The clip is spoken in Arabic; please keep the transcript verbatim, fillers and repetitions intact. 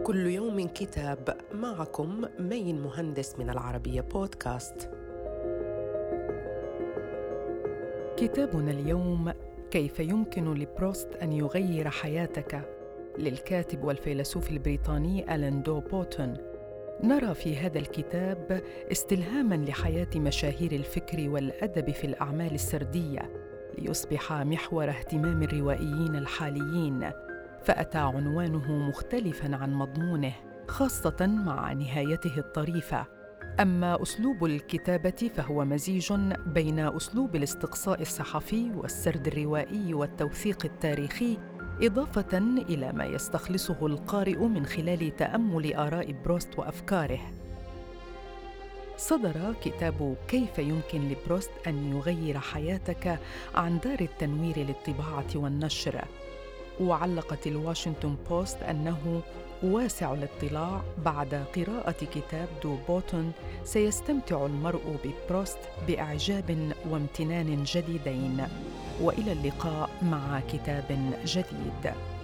كل يوم كتاب. معكم مين مهندس من العربية بودكاست. كتابنا اليوم: كيف يمكن لبروست أن يغير حياتك، للكاتب والفيلسوف البريطاني ألان دو بوتون. نرى في هذا الكتاب استلهاماً لحياة مشاهير الفكر والأدب في الأعمال السردية، ليصبح محور اهتمام الروائيين الحاليين، فأتى عنوانه مختلفاً عن مضمونه، خاصة مع نهايته الطريفة. أما أسلوب الكتابة فهو مزيج بين أسلوب الاستقصاء الصحفي والسرد الروائي والتوثيق التاريخي، إضافة إلى ما يستخلصه القارئ من خلال تأمل آراء بروست وأفكاره. صدر كتاب كيف يمكن لبروست أن يغير حياتك عن دار التنوير للطباعة والنشر، وعلقت الواشنطن بوست أنه واسع الاطلاع: بعد قراءة كتاب دو بوتون سيستمتع المرء ببروست بإعجاب وامتنان جديدين. وإلى اللقاء مع كتاب جديد.